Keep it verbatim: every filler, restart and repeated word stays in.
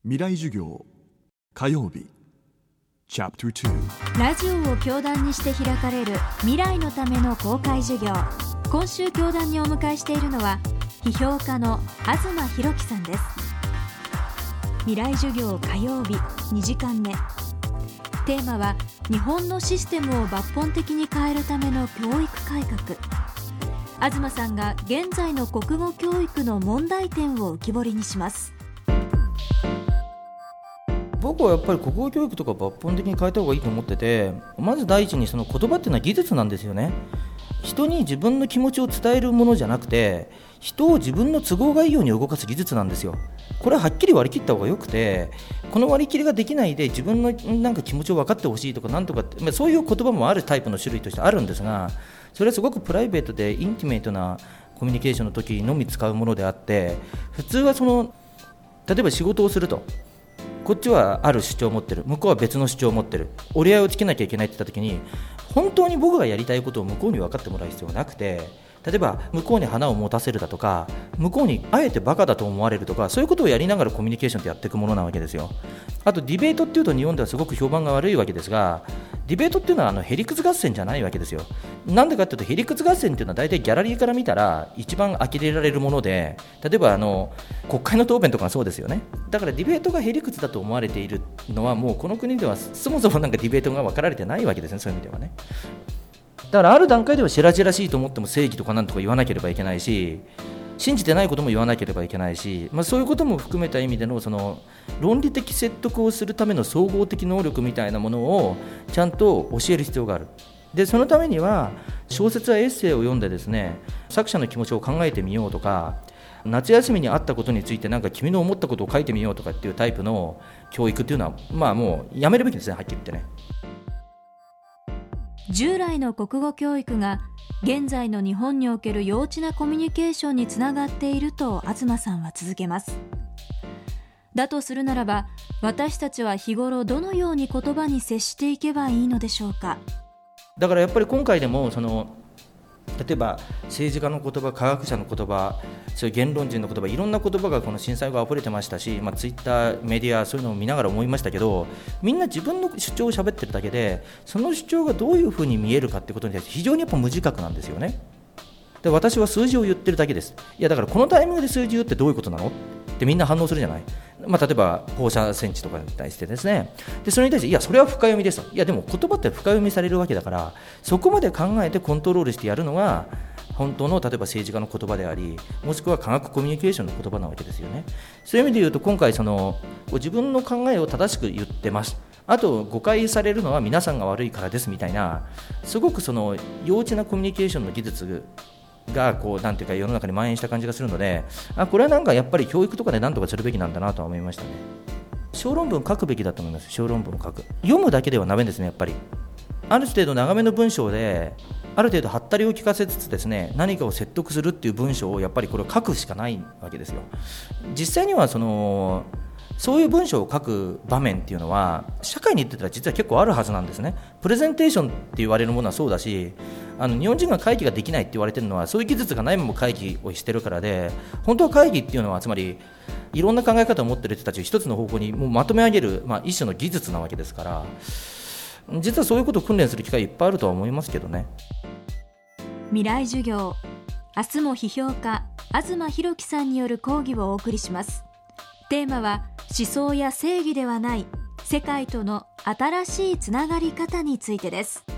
未来授業火曜日チャプターに。 ラジオを教壇にして開かれる未来のための公開授業。今週教壇にお迎えしているのは批評家の東博樹さんです。未来授業火曜日にじかんめ、テーマは日本のシステムを抜本的に変えるための教育改革。東さんが現在の国語教育の問題点を浮き彫りにします。 僕はやっぱり国語教育とか抜本的に変えた方がいいと思ってて、まず第一にその言葉っていうのは技術なんですよね。人に自分の気持ちを伝えるものじゃなくて、人を自分の都合がいいように動かす技術なんですよ。これははっきり割り切った方がよくて、この割り切りができないで自分のなんか気持ちを分かってほしいとかなんとかって、まあ、そういう言葉もあるタイプの種類としてあるんですが、それはすごくプライベートでインティメートなコミュニケーションの時のみ使うものであって、普通はその例えば仕事をすると、こっちはある主張を持ってる、向こうは別の主張を持ってる、折り合いをつけなきゃいけないって言った時に、本当に僕がやりたいことを向こうに分かってもらう必要はなくて、例えば向こうに花を持たせるだとか、向こうにあえてバカだと思われるとか、そういうことをやりながらコミュニケーションってやっていくものなわけですよ。あとディベートっていうと日本ではすごく評判が悪いわけですが、ディベートっていうのはあのへりくつ合戦じゃないわけですよ。なんでかっていうと、へりくつ合戦っていうのは大体ギャラリーから見たら一番呆れられるもので、例えばあの国会の答弁とかもそうですよね。だからディベートがへりくつだと思われているのは、もうこの国ではそもそもなんかディベートが分かられてないわけですね。そういう意味ではね。だからある段階では白々しいと思っても正義とかなんとか言わなければいけないし、信じてないことも言わなければいけないし、まあ、そういうことも含めた意味でのその論理的説得をするための総合的能力みたいなものをちゃんと教える必要がある。でそのためには小説やエッセイを読んでですね、作者の気持ちを考えてみようとか、夏休みにあったことについてなんか君の思ったことを書いてみようとかっていうタイプの教育っていうのは、まあもうやめるべきですね、はっきり言ってね。 従来の国語教育が現在の日本における幼稚なコミュニケーションにつながっていると東さんは続けます。だとするならば、私たちは日頃どのように言葉に接していけばいいのでしょうか。 だからやっぱり今回でもその例えば政治家の言葉、科学者の言葉、そういう言論人の言葉、いろんな言葉がこの震災後あふれてましたし、まあ、ツイッター、メディア、そういうのを見ながら思いましたけど、みんな自分の主張を喋ってるだけで、その主張がどういうふうに見えるかってことに対して非常にやっぱ無自覚なんですよね。で私は数字を言ってるだけです。いやだからこのタイミングで数字言うってどういうことなのってみんな反応するじゃない。まあ、例えば放射線値とかに対してですね、でそれに対していやそれは深読みですと。いやでも言葉って深読みされるわけだから、そこまで考えてコントロールしてやるのが本当の例えば政治家の言葉であり、もしくは科学コミュニケーションの言葉なわけですよね。そういう意味で言うと、今回その自分の考えを正しく言ってます、あと誤解されるのは皆さんが悪いからですみたいな、すごくその幼稚なコミュニケーションの技術がこうなんていうか世の中に蔓延した感じがするので、あこれはなんかやっぱり教育とかで何とかするべきなんだなとは思いましたね。小論文書くべきだと思います。小論文を書く、読むだけではダメですね。やっぱりある程度長めの文章である程度はったりを聞かせつつですね、何かを説得するっていう文章をやっぱりこれを書くしかないわけですよ。実際にはそのそういう文章を書く場面っていうのは社会に行ってたら実は結構あるはずなんですね。プレゼンテーションって言われるものはそうだし、あの日本人が会議ができないって言われてるのはそういう技術がないまま会議をしてるからで、本当は会議っていうのはつまりいろんな考え方を持ってる人たちを一つの方向にもうまとめ上げる、まあ、一種の技術なわけですから、実はそういうことを訓練する機会いっぱいあるとは思いますけどね。 未来授業、明日も批評家東博樹さんによる講義をお送りします。テーマは思想や正義ではない世界との新しいつながり方についてです。